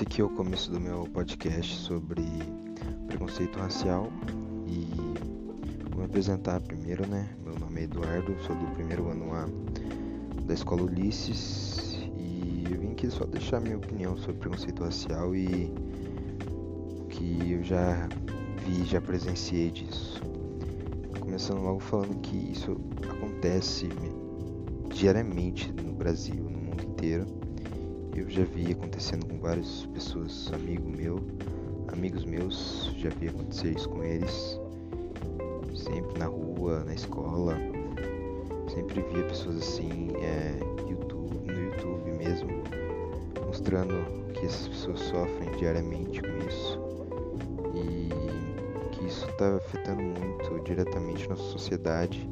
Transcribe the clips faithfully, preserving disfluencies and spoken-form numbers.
Esse aqui é o começo do meu podcast sobre preconceito racial e vou me apresentar primeiro, né? Meu nome é Eduardo, sou do primeiro ano A da Escola Ulisses e eu vim aqui só deixar minha opinião sobre preconceito racial e o que eu já vi, já presenciei disso. Começando logo falando que isso acontece diariamente no Brasil, no mundo inteiro. Eu já vi acontecendo com várias pessoas, amigo meu, amigos meus, já vi acontecer isso com eles, sempre na rua, na escola, sempre via pessoas assim, é, YouTube, no YouTube mesmo, mostrando que essas pessoas sofrem diariamente com isso e que isso está afetando muito diretamente nossa sociedade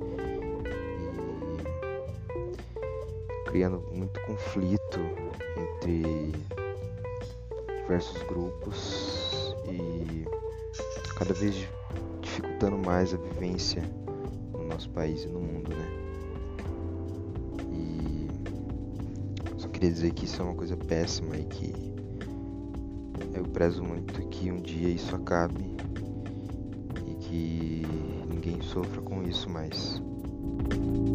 e criando muito conflito entre diversos grupos e cada vez dificultando mais a vivência no nosso país e no mundo, né? E só queria dizer que isso é uma coisa péssima e que eu prezo muito que um dia isso acabe e que ninguém sofra com isso mais.